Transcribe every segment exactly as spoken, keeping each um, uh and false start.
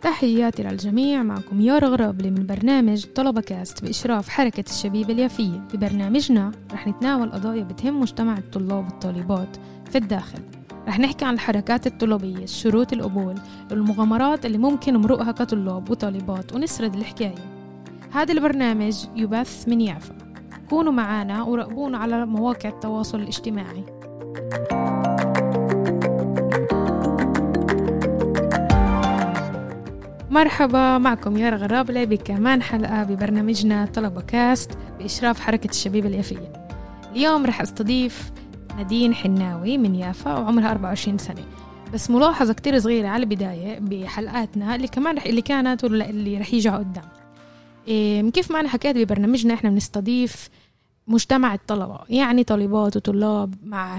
تحياتي للجميع، معكم يارا غرابلي من برنامج طلبة كاست بإشراف حركة الشبيبة اليافية. ببرنامجنا رح نتناول قضايا بتهم مجتمع الطلاب والطالبات في الداخل. رح نحكي عن الحركات الطلابية، الشروط القبول، المغامرات اللي ممكن نمرقها كطلاب وطالبات، ونسرد الحكاية. هذا البرنامج يبث من يافا. كونوا معنا وراقبونا على مواقع التواصل الاجتماعي. مرحبا، معكم يارا غرابلي بكمان حلقة ببرنامجنا طلبة كاست بإشراف حركة الشبيبة اليافية. اليوم رح أستضيف نادين حناوي من يافا وعمرها أربعة وعشرين سنة. بس ملاحظة كتير صغيرة على البداية بحلقاتنا اللي كمان رح اللي كانت ولا اللي رح يجوا قدام. إيه كيف ما أنا حكيت ببرنامجنا إحنا بنستضيف مجتمع الطلبة، يعني طالبات وطلاب مع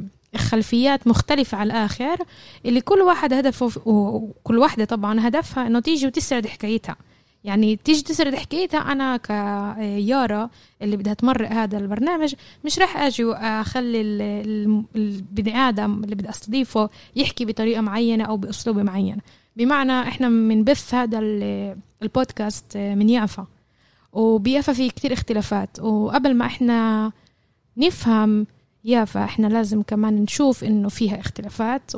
خلفيات مختلفة على الآخر، اللي كل واحد هدفه وكل واحدة طبعا هدفها إنه تيجي وتسرد حكايتها. يعني تيجي تسرد حكايتها. أنا كيارا اللي بدها تمرق هذا البرنامج مش رح أجي وأخلي البني آدم اللي بدي أستضيفه يحكي بطريقة معينة أو بأسلوب معين. بمعنى إحنا منبث هذا البودكاست من يافا، وبيافا فيه كتير اختلافات، وقبل ما إحنا نفهم يافا إحنا لازم كمان نشوف إنه فيها اختلافات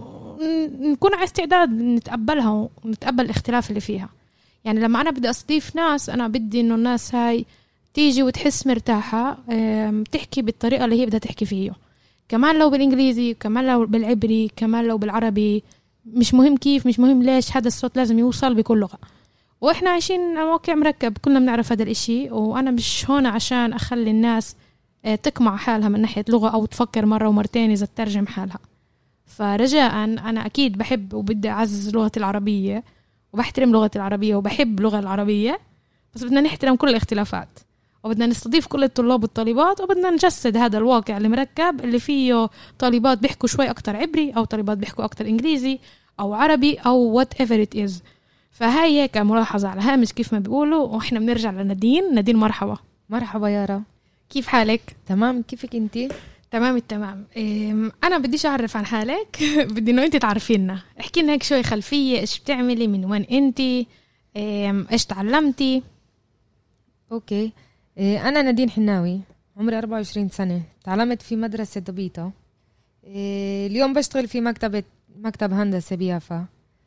ونكون على استعداد نتقبلها ونتقبل الاختلاف اللي فيها. يعني لما أنا بدي أستضيف ناس، أنا بدي إنه الناس هاي تيجي وتحس مرتاحة، تحكي بالطريقة اللي هي بدها تحكي فيه، كمان لو بالإنجليزي، كمان لو بالعبري، كمان لو بالعربي، مش مهم كيف، مش مهم ليش، هذا الصوت لازم يوصل بكل لغة. وإحنا عايشين موقع مركب، كلنا بنعرف هذا الإشي، وأنا مش هون عشان أخلي الناس تقمع حالها من ناحية لغة أو تفكر مرة ومرتين إذا تترجم حالها. فرجاء أنا أكيد بحب وبدي أعزز لغة العربية وبحترم لغة العربية وبحب لغة العربية، بس بدنا نحترم كل الاختلافات، وبدنا نستضيف كل الطلاب والطالبات، وبدنا نجسد هذا الواقع المركب اللي فيه طالبات بيحكوا شوي أكتر عبري أو طالبات بيحكوا أكتر إنجليزي أو عربي أو whatever it is. فهاي هيك ملاحظة على هامش كيف ما بيقولوا. وإحنا بنرجع لنادين. نادين مرحبا. مرحبا يارا، كيف حالك؟ تمام، كيفك انتي؟ تمام التمام. أنا بديش أعرف عن حالك بدي إنه أنت تعرفينا، احكي لنا هيك شوي خلفية، إيش بتعملي، من وين أنتي، إيش تعلمتي؟ أوكي، أنا نادين حناوي، عمري أربعة وعشرين سنة، تعلمت في مدرسة دبيطة. اليوم بشتغل في مكتبة مكتب هندسة بيافا.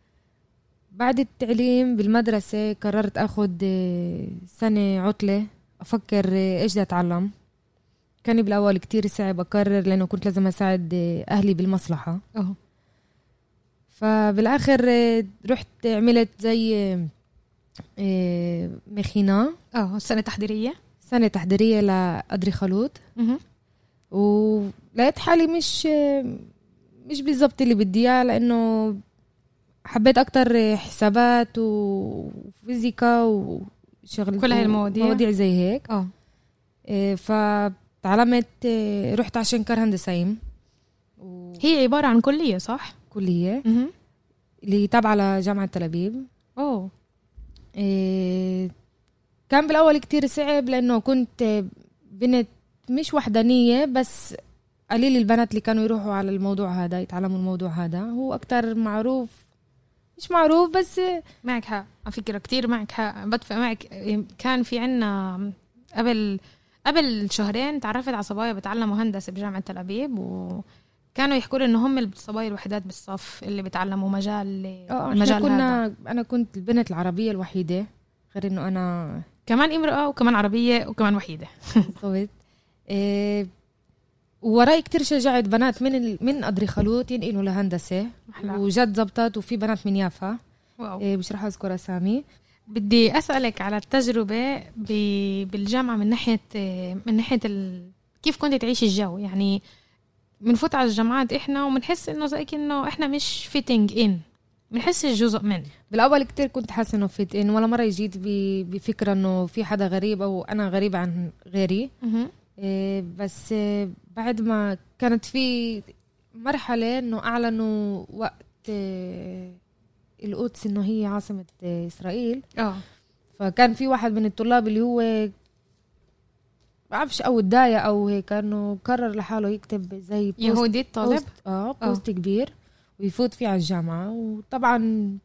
بعد التعليم بالمدرسة قررت أخذ سنة عطلة أفكر إيش بدي أتعلم. كان بالأول كتير صعب أقرر لأنه كنت لازم أساعد أهلي بالمصلحة. أوه. فبالآخر رحت عملت زي مخينة، اه سنة تحضيرية سنة تحضيرية لأدريخالوت. ولقيت حالي مش مش بالضبط اللي بدي إياه، لأنه حبيت أكتر حسابات وفيزيكا وشغل كل هاي المواضيع مواضيع زي هيك. اه فتعلمت، رحت عشان كار هندسيم، و... هي عبارة عن كلية صح؟ كلية م- اللي تابعة لجامعة تل أبيب. أوه. إيه كان بالأول كتير صعب لأنه كنت بنت مش وحدانية، بس قليل البنات اللي كانوا يروحوا على الموضوع هذا يتعلموا الموضوع هذا. هو أكتر معروف، مش معروف بس معك حق على فكرة، كتير معك حق، بتفق معك. كان في عنا قبل قبل شهرين تعرفت على صبايا بتعلموا هندسة بجامعة تل أبيب، وكانوا يحكوا لي إنه هم الصبايا الوحيدات بالصف اللي بتعلموا مجال المجال كنا هذا. أنا كنت البنت العربية الوحيدة، غير إنه أنا كمان امرأة وكمان عربية وكمان وحيدة. صوت. إيه ووراي كتير شجعت بنات من من أدريخالوت ينقلوا لهندسة، وجد زبطت، وفي بنات من يافا. إيه مش رح أذكر أسامي. بدي أسألك على التجربة بالجامعة من ناحية من ناحية ال... كيف كنت تعيش الجو. يعني منفوت على الجامعات إحنا ومنحس إنه زي إنه إحنا مش فيتنج إن، منحس الجزء من. بالأول كتير كنت حاسة إنه فيت إن، ولا مرة جيت بفكرة إنه في حدا غريب أو أنا غريبة عن غيري. إيه بس بعد ما كانت في مرحلة إنه أعلنوا وقت إيه القدس إنه هي عاصمة إيه إسرائيل. اه فكان في واحد من الطلاب اللي هو بعرفش أو الداية أو هيك، كانوا قرر لحاله يكتب زي بوست يهودي الطالب بوست اه بوست أوه. كبير ويفوت فيه على الجامعة. وطبعا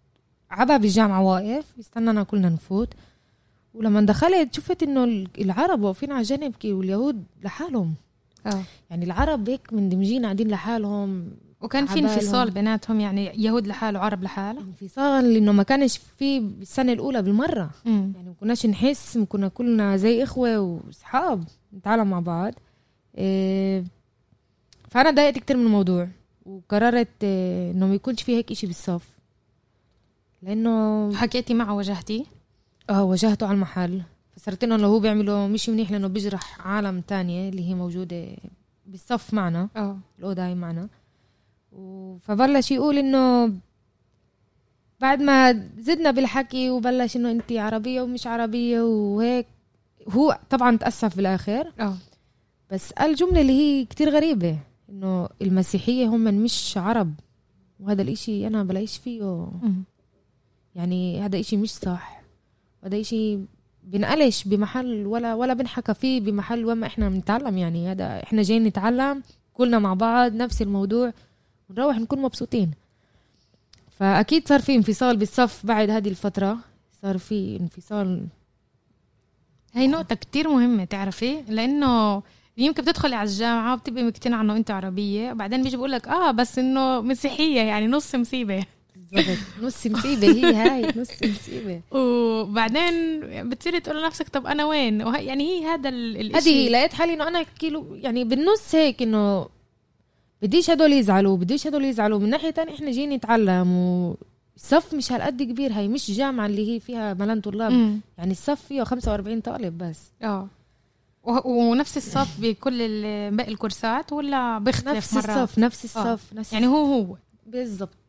عبا بالجامعة واقف يستنانا كلنا نفوت. ولما دخلت شفت انه العرب واقفين على جنب واليهود لحالهم. اه يعني العرب هيك مندمجين قاعدين لحالهم، وكان في انفصال بيناتهم، يعني يهود لحاله وعرب لحاله. انفصال لانه ما كانش في بالسنه الاولى بالمره. مم. يعني ما كناش نحس، كنا كلنا زي اخوه واصحاب نتعلم مع بعض. إيه فانا ضايقت كتير من الموضوع، وقررت إيه انه ما يكونش في هيك اشي بالصف. لانه حكيتي معه وجهتي اه وجهته على المحل، فصرت انه لو هو بيعمله مش منيح لانه بيجرح عالم تانية اللي هي موجوده بالصف معنا. اه الاوضه هاي معنا. فبلش يقول انه بعد ما زدنا بالحكي وبلش انه انتي عربيه ومش عربيه وهيك، هو طبعا تأسف بالاخر. اه بس قال جمله اللي هي كتير غريبه، انه المسيحيه هم مش عرب، وهذا الاشي انا بلاقيش فيه. مم. يعني هذا اشي مش صح، هذا اشي بنقلش بمحل ولا ولا بنحكى فيه بمحل وين ما احنا بنتعلم. يعني هذا احنا جايين نتعلم كلنا مع بعض نفس الموضوع ونروح نكون مبسوطين. فاكيد صار في انفصال بالصف بعد هذه الفتره، صار في انفصال. هاي نقطة كتير مهمة تعرفي، لأنه يمكن بتدخلي على الجامعة وبتبقي مقتنعة إنه أنت عربية، وبعدين بيجي بقولك آه بس إنه مسيحية، يعني نص مصيبة. بالضبط نص مصيبة هي هاي نص مصيبة. وبعدين بتصيري تقول لنفسك طب أنا وين؟ وه... يعني هي هذا الإشي. هذه لقيت حالي إنه أنا كيلو يعني بالنص هيك، إنه بديش هدول يزعلوا بديش هدول يزعلوا من ناحية تانية إحنا جايين نتعلم، والصف مش هالقد كبير. هاي مش جامعة اللي هي فيها ملان طلاب. مم. يعني الصف فيه خمسة وأربعين طالب بس. اه ونفس الصف بكل باقي الكورسات ولا بيختلف نفس مرات؟ الصف نفس الصف آه. نفس يعني هو هو بالضبط.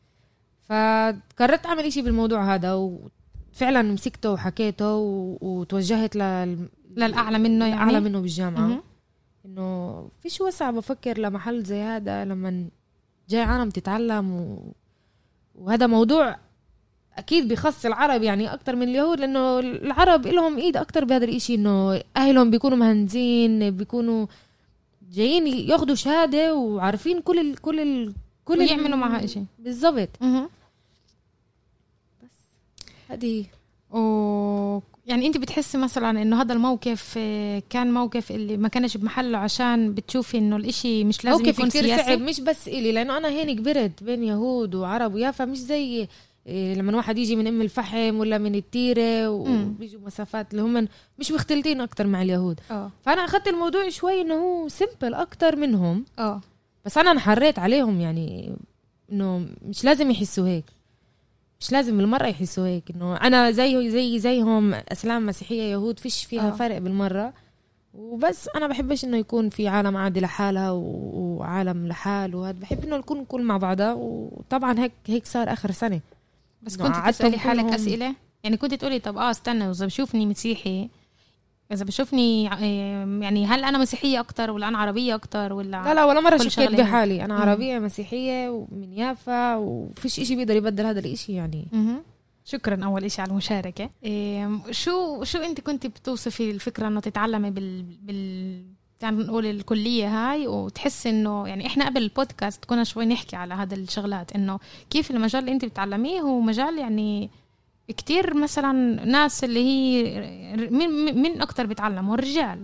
فقررت أعمل إشي بالموضوع هذا، وفعلا مسكته وحكيته وتوجهت لل... للأعلى منه، يعني أعلى منه بالجامعة. م- إنه فيش وسع بفكر لمحل زي هذا لما جاي عالم تتعلم و... وهذا موضوع أكيد بيخص العرب يعني أكتر من اليهود، لأنه العرب لهم إيد أكتر بهذا الإشي. إنه أهلهم بيكونوا مهندسين، بيكونوا جايين ياخدوا شهادة وعارفين كل ال... كل ال... كل ويعملوا ال... معها إشي بالضبط. م- هذه و... يعني انت بتحسي مثلا انه هذا الموقف كان موقف اللي ما كانش بمحله عشان بتشوفي انه الاشي مش لازم يكون سياسي؟ صعب مش بس إلي، لانه انا هين كبرت بين يهود وعرب ويافا، مش زي لما واحد يجي من ام الفحم ولا من التيره وبيجوا مسافات اللي هم مش مختلطين اكتر مع اليهود. اه فانا اخذت الموضوع شوي انه هو سيمبل اكتر منهم. اه بس انا انحريت عليهم، يعني انه مش لازم يحسوا هيك، مش لازم بالمرة يحسوا هيك انه انا زي زي زيهم اسلام مسيحية يهود، فيش فيها أوه. فرق بالمرة. وبس انا بحبش انه يكون في عالم عادي لحالها وعالم لحال، وهذا بحب انه نكون كل مع بعضها. وطبعا هيك هيك صار اخر سنة. بس كنت تسألي حالك اسئلة؟ يعني كنت تقولي طب اه استنى، اذا بشوفني مسيحي، اذا بشوفني يعني هل انا مسيحية اكتر ولا انا عربية اكتر ولا؟ لا لا ولا مرة شكيت بحالي انا مم. عربية مسيحية ومن يافا، وفيش اشي بيقدر يبدل هذا الاشي يعني. مم. شكرا اول اشي على المشاركة. إيه شو شو انت كنت بتوصفي الفكرة انه تتعلمي بال بال يعني نقول الكلية هاي، وتحس انه يعني احنا قبل البودكاست كنا شوي نحكي على هذا الشغلات، انه كيف المجال اللي انت بتتعلميه هو مجال يعني كتير مثلا ناس اللي هي من, من أكتر بيتعلموا الرجال،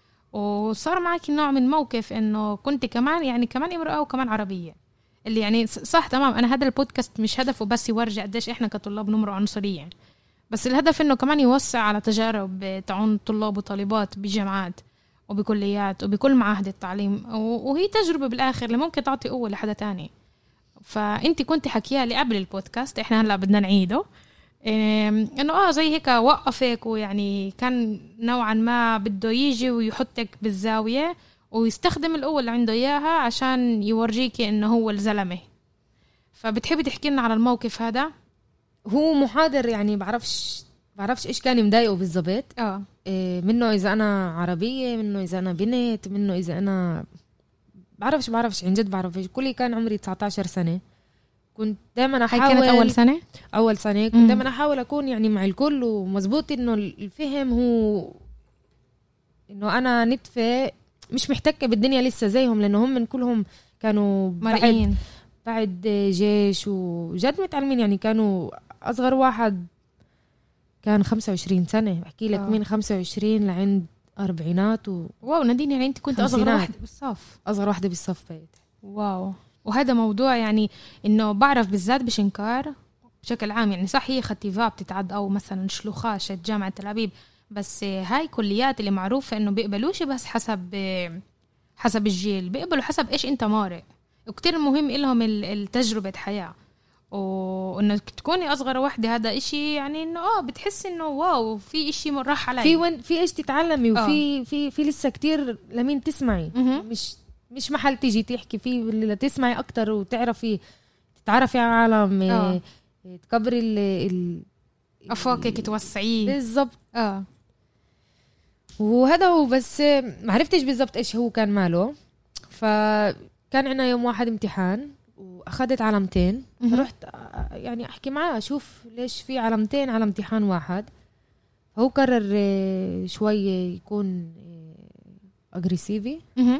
وصار معك نوع من موقف إنه كنت كمان يعني كمان امرأة وكمان عربية، اللي يعني صح تمام. أنا هذا البودكاست مش هدفه بس يورجع قديش إحنا كطلاب نمر عنصريا، بس الهدف إنه كمان يوسع على تجارب تعون طلاب وطالبات بجامعات وبكليات وبكل معاهد التعليم، وهي تجربة بالآخر اللي ممكن تعطي قوة لحدا تاني. فأنت كنت حكيها لي قبل البودكاست، إحنا هلأ بدنا نعيده، انه اه زي هيك وقفك، ويعني كان نوعا ما بده يجي ويحطك بالزاوية ويستخدم القوة اللي عنده اياها عشان يورجيكي انه هو الزلمة. فبتحبي تحكي لنا على الموقف هذا؟ هو محاضر يعني بعرفش بعرفش ايش كان مضايقه بالضبط. اه إيه منه اذا انا عربية، منه اذا انا بنت، منه اذا انا بعرفش بعرفش عن جد بعرفش. كلي كان عمري تسعة عشر سنة، كنت دائما احاول. كانت اول سنه اول سنه كنت دائما احاول اكون يعني مع الكل ومزبوط، انه الفهم هو انه انا نتفه مش محتكه بالدنيا لسه زيهم، لانه هم من كلهم كانوا مرئين بعد بعد جيش وجد متعلمين، يعني كانوا أصغر واحد كان خمسة وعشرين سنة، بحكي لك آه. من خمسة وعشرين لعند أربعينات و... واو نادين، يعني انت كنت اصغر خمسينات. واحده بالصف. أصغر واحدة بالصف بيت. واو. وهذا موضوع يعني انه بعرف بالذات بشنكار بشكل عام، يعني صح هي ختيفة بتتعد او مثلا شلوخاشة جامعة تل أبيب، بس هاي كليات اللي معروفة انه بيقبلوش بس حسب حسب الجيل، بيقبلوا حسب ايش انت مارق، وكتير مهم لهم التجربة حياة، وانك تكوني اصغر وحده هذا اشي يعني انه اه بتحس انه واو في اشي راح علي، في وين في ايش تتعلمي، وفي آه. في في لسه كتير لمين تسمعي. م-م. مش مش محل تيجي تحكي فيه اللي تسمعي اكتر وتعرفي تتعرفي على عالم. آه. تكبري ال ال افاقك توسعيه بالضبط. اه وهذا هو، بس ما عرفتش بالضبط ايش هو كان ماله. فكان عنا يوم واحد امتحان واخذت علامتين، فرحت يعني احكي معاه اشوف ليش في علامتين على امتحان واحد. هو قرر شوي يكون اجريسيفي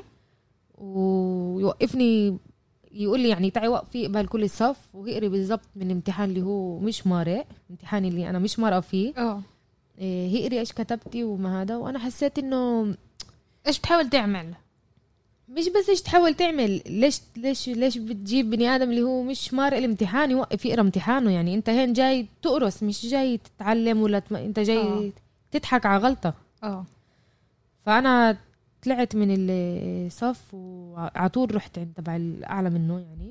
ويوقفني يقول لي يعني تعي وقفي يقبل كل الصف ويقري بالضبط من الامتحان اللي هو مش مارق، امتحان اللي انا مش مارقه فيه. اه هيقري ايش كتبتي وما هذا. وانا حسيت انه ايش بتحاول تعمل، مش بس ايش تحاول تعمل، ليش ليش ليش بتجيب بني ادم اللي هو مش مارق الامتحان يوقف يقرا امتحانه؟ يعني انت هين جاي تقرص، مش جاي تتعلم ولا تم... انت جاي أوه. تضحك على غلطه. اه فانا طلعت من الصف وعلى طول رحت عند تبع الاعلى منه يعني.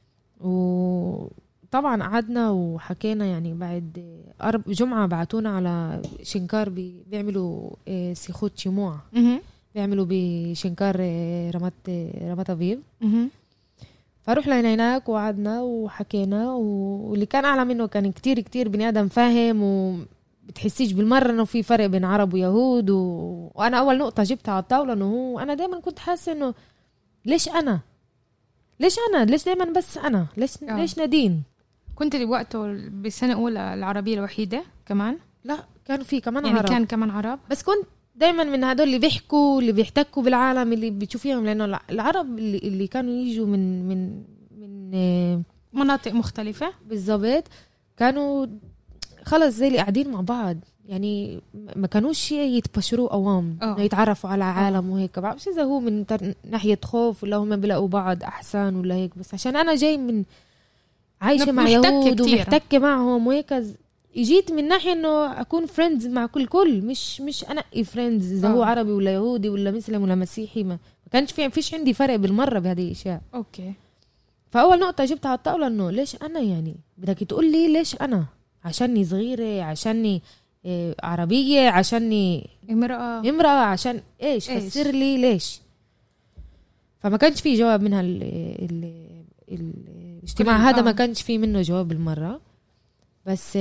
وطبعا قعدنا وحكينا يعني. بعد أرب جمعه بعتونا على شنكار بي... بيعملوا سيخوت شموع، بيعملوا بشنكار رمت رمت أبيب. فروح لنا هناك وقعدنا وحكينا، واللي كان أعلى منه كان كتير كتير بني آدم فاهم وبتحسيش بالمرة إنه في فرق بين عرب ويهود. و... وأنا أول نقطة جبتها على الطاولة إنه هو أنا دايما كنت حاسة إنه ليش أنا ليش أنا ليش دايما بس أنا ليش أوه. ليش نادين؟ كنت وقته بسنة أولى العربية الوحيدة كمان؟ لا كان في كمان يعني عرب، كان كمان عرب، بس كنت دايما من هدول اللي بيحكوا اللي بيحتكوا بالعالم اللي بتشوفيهم، لانه العرب اللي, اللي كانوا يجوا من من من مناطق مختلفه بالضبط كانوا خلص زي اللي قاعدين مع بعض، يعني ما كانوش يتبشروا اوام أوه. يتعرفوا على عالم وهيك. بعرفش اذا هو من ناحيه خوف ولا هم بيلاقوا بعض احسن ولا هيك، بس عشان انا جاي من عايشه مع يهود ومحتكه معهم وهيك، جيت من ناحية انه اكون فريندز مع كل كل مش مش انقي فريندز اذا هو عربي ولا يهودي ولا مسلم ولا مسيحي. ما كانش في فيش عندي فرق بالمرة بهذه الاشياء. اوكي. فاول نقطة جبتها على الطاولة انه ليش انا، يعني بدك تقول لي ليش انا؟ عشاني صغيرة، عشاني إيه عربية، عشاني امرأة امرأة عشان ايش, إيش؟ فسر لي ليش. فما كانش في جواب منها ال ال ال الاجتماع هذا، ما كانش في منه جواب بالمرة. بس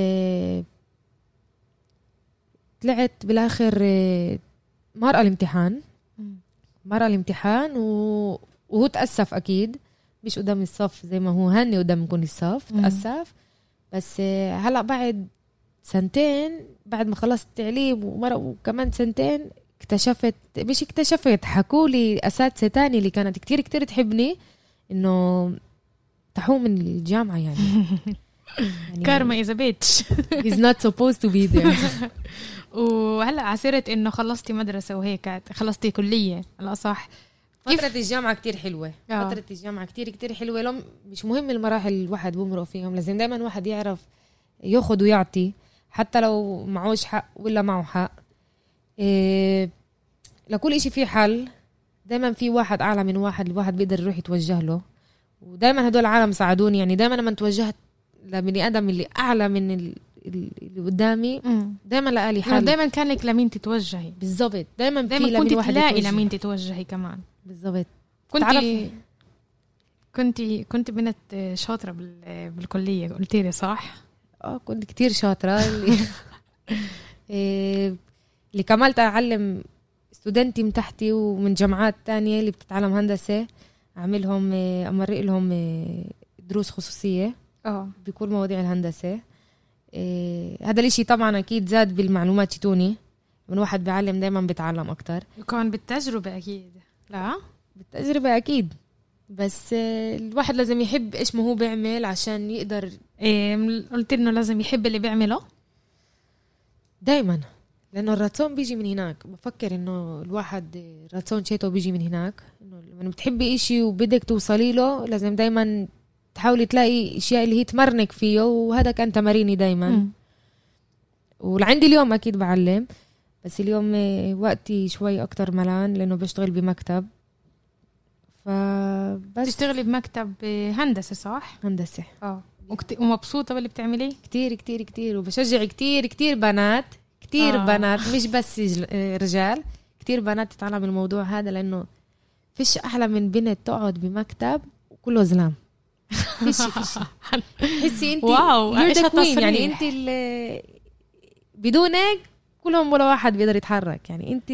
طلعت بالاخر مرأة الامتحان مرأة الامتحان و... وهو تأسف اكيد، مش قدام الصف زي ما هو هني قدام كل الصف تأسف. بس هلا بعد سنتين بعد ما خلصت تعليم ومرة وكمان سنتين اكتشفت مش اكتشفت حكولي اساتذة تاني اللي كانت كتير كتير تحبني انه تحو من الجامعة يعني يعني كارما إذا بيتش he's not supposed to be there. وهلأ عسيرت إنه خلصتي مدرسة وهيك خلصتي كلية على صح. فترة الجامعة كتير حلوة. أوه. فترة الجامعة كتير كتير حلوة. لهم مش مهم المراحل الواحد بمرق فيهم، لازم دايما واحد يعرف ياخد ويعطي حتى لو معوش حق ولا معه حق. إيه لكل إشي فيه حل، دايما في واحد أعلى من واحد الواحد بيقدر يروح يتوجه له. ودايما هدول العالم ساعدوني، يعني دايما لما توجهت لبني ادم اللي اعلى من اللي قدامي دايما لقالي حل. دايما كان لك لمين تتوجهي. بالضبط. دايما دايما كنت تلاقي لمين تتوجهي كمان. بالضبط. كنت كنت كنت بنت شاطره بالكليه قلت لي صح. اه كنت كتير شاطره. اللي اللي كملت اعلم ستودنتي من تحتي ومن جامعات تانية اللي بتتعلم هندسه، اعملهم امرق لهم دروس خصوصيه اه بكل مواضيع الهندسه. إيه هذا الاشي طبعا اكيد زاد بالمعلومات شتوني، من واحد بيعلم دايما بيتعلم اكتر. وكان بالتجربه اكيد. لا بالتجربه اكيد، بس الواحد لازم يحب ايش ما هو بيعمل عشان يقدر إيه قلت إنه لازم يحب اللي بيعمله دايما، لأنه الراتون بيجي من هناك. بفكر إنه الواحد راتون شيته بيجي من هناك، إنه لما بتحبي إشي وبدك توصلي له لازم دايما تحاولي تلاقي اشياء اللي هي تمرنك فيه، وهذا كان تماريني دايما. م. ولعندي اليوم اكيد بعلم، بس اليوم وقتي شوي اكتر ملان لانه بشتغل بمكتب. فبس تشتغلي بمكتب هندسه صح؟ هندسه اه. ومبسوطه باللي بتعمليه؟ كتير كتير كتير، وبشجع كتير كتير بنات كتير آه. بنات مش بس رجال، كتير بنات تتعلم الموضوع هذا، لانه فيش احلى من بنت تقعد بمكتب وكله زلام. فيش فيش حسي انت واو ايش تصريح، يعني انت اللي بدونك كلهم ولا واحد بيقدر يتحرك، يعني انت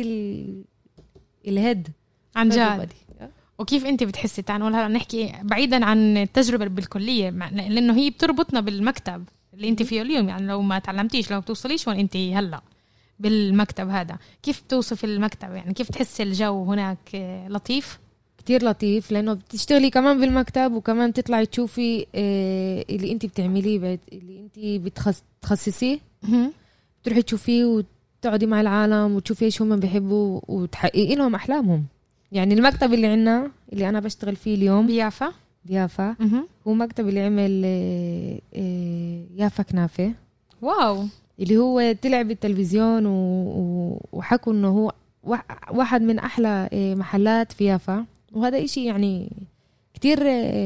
الهيد عن جد. وكيف انت بتحسي؟ تعال نقول هلا نحكي بعيدا عن التجربه بالكليه، لانه هي بتربطنا بالمكتب اللي انت فيه اليوم. يعني لو ما تعلمتيش، لو بتوصليش وين انت هلا بالمكتب هذا، كيف توصف المكتب؟ يعني كيف تحسي الجو هناك لطيف؟ كتير لطيف، لأنه بتشتغلي كمان بالمكتب وكمان تطلعي تشوفي اللي انت بتعمليه، اللي انت بتخصصيه، تروحي تشوفيه وتقعدي مع العالم وتشوفي ايش هم بيحبوا وتحققي لهم أحلامهم. يعني المكتب اللي عنا اللي أنا بشتغل فيه اليوم بيافا بيافا هو مكتب اللي عمل يافا كنافة. واو. اللي هو طلع بالتلفزيون وحكوا انه هو واحد من أحلى محلات في يافا، وهذا إشي يعني كتير.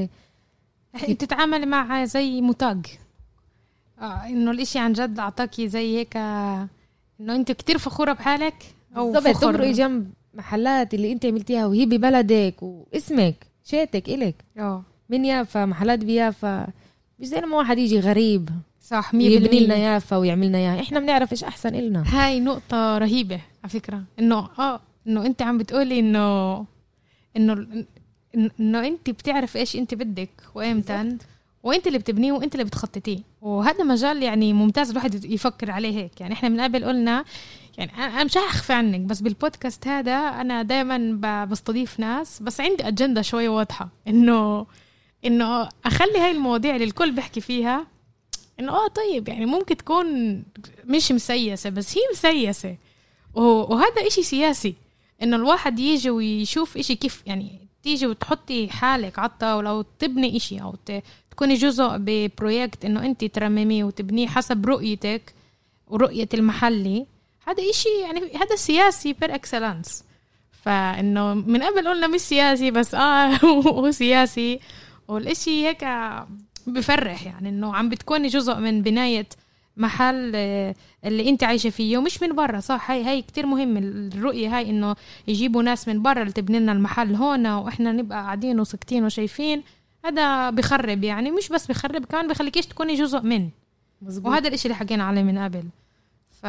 انت تتعامل مع زي متاج، آه انه الاشي عن جد اعطاكي زي هيك، انه انت كتير فخورة بحالك او فخر فخر جنب محلات اللي انت عملتيها وهي ببلدك واسمك شيتك إلك اه من يافا. محلات بيافا مش زي لما واحد يجي غريب صح يبني لنا يافا ويعملنا اياها، احنا بنعرف ايش احسن إلنا. هاي نقطة رهيبة على فكرة، انه اه انه انت عم بتقولي انه انه انه انت بتعرف ايش انت بدك وامتى، وانت اللي بتبنيه وانت اللي بتخططيه. وهذا مجال يعني ممتاز الواحد يفكر عليه هيك. يعني احنا من قبل قلنا، يعني انا مش هخفي عنك، بس بالبودكاست هذا انا دائما بستضيف ناس بس عندي اجنده شويه واضحه، انه انه اخلي هاي المواضيع اللي الكل بيحكي فيها انه اه طيب يعني ممكن تكون مش مسيسه بس هي مسيسه، وهذا اشي سياسي، انه الواحد يجي ويشوف اشي كيف يعني تيجي وتحطي حالك عطا، ولو تبني اشي او تكوني جزء ببروجكت انه انت ترمميه وتبنيه حسب رؤيتك ورؤية المحلي، هذا اشي يعني هذا سياسي بير اكسلانس. فانه من قبل قلنا مش سياسي بس اه هو سياسي، والاشي هيك بفرح، يعني انه عم بتكوني جزء من بناية محل اللي انت عايشة فيه ومش من برا. صح، هاي هاي كتير مهم الرؤية هاي، انه يجيبوا ناس من برا اللي تبني لنا المحل هنا واحنا نبقى قاعدين وسكتين وشايفين. هذا بخرب، يعني مش بس بخرب، كمان بخليكيش تكوني جزء من مزبوط. وهذا الاشي اللي حكينا عليه من قبل. ف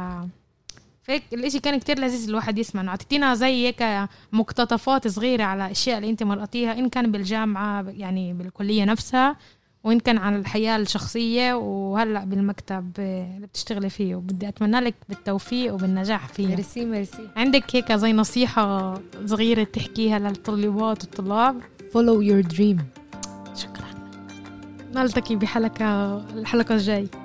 فيك الاشي كان كتير لذيذ الواحد يسمع، اعطيتينا زي هيك مقتطفات صغيرة على اشياء اللي انت مرقتيها، ان كان بالجامعة يعني بالكلية نفسها، وإن كان عن الحياة الشخصية، وهلأ بالمكتب اللي بتشتغلي فيه. وبدي أتمنى لك بالتوفيق وبالنجاح فيه. ميرسي ميرسي. عندك هيك زي نصيحة صغيرة تحكيها للطلبات والطلاب؟ follow your dream. شكرا، نلتقي بحلقة الحلقة الجاي.